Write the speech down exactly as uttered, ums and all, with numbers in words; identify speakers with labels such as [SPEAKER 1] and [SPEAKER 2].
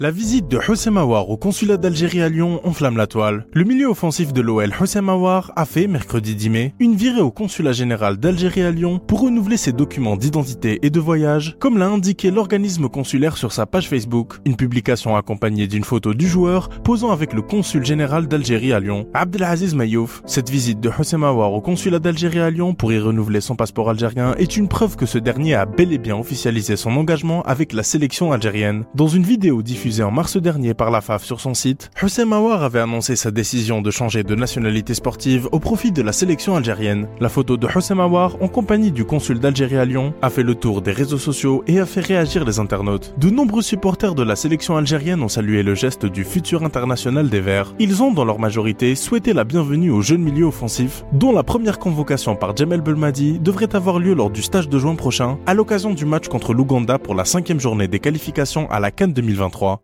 [SPEAKER 1] La visite de Houssem Aouar au consulat d'Algérie à Lyon enflamme la toile. Le milieu offensif de l'O L, Houssem Aouar, a fait, mercredi dix mai, une virée au consulat général d'Algérie à Lyon pour renouveler ses documents d'identité et de voyage, comme l'a indiqué l'organisme consulaire sur sa page Facebook. Une publication accompagnée d'une photo du joueur posant avec le consul général d'Algérie à Lyon, Abdelaziz Mayouf. Cette visite de Houssem Aouar au consulat d'Algérie à Lyon pour y renouveler son passeport algérien est une preuve que ce dernier a bel et bien officialisé son engagement avec la sélection algérienne. Dans une vidéo diffusée en mars dernier par la F A F sur son site, Houssem Aouar avait annoncé sa décision de changer de nationalité sportive au profit de la sélection algérienne. La photo de Houssem Aouar, en compagnie du consul d'Algérie à Lyon, a fait le tour des réseaux sociaux et a fait réagir les internautes. De nombreux supporters de la sélection algérienne ont salué le geste du futur international des Verts. Ils ont, dans leur majorité, souhaité la bienvenue au jeune milieu offensif, dont la première convocation par Djamel Belmadi devrait avoir lieu lors du stage de juin prochain, à l'occasion du match contre l'Ouganda pour la cinquième journée des qualifications à la CAN deux mille vingt-trois.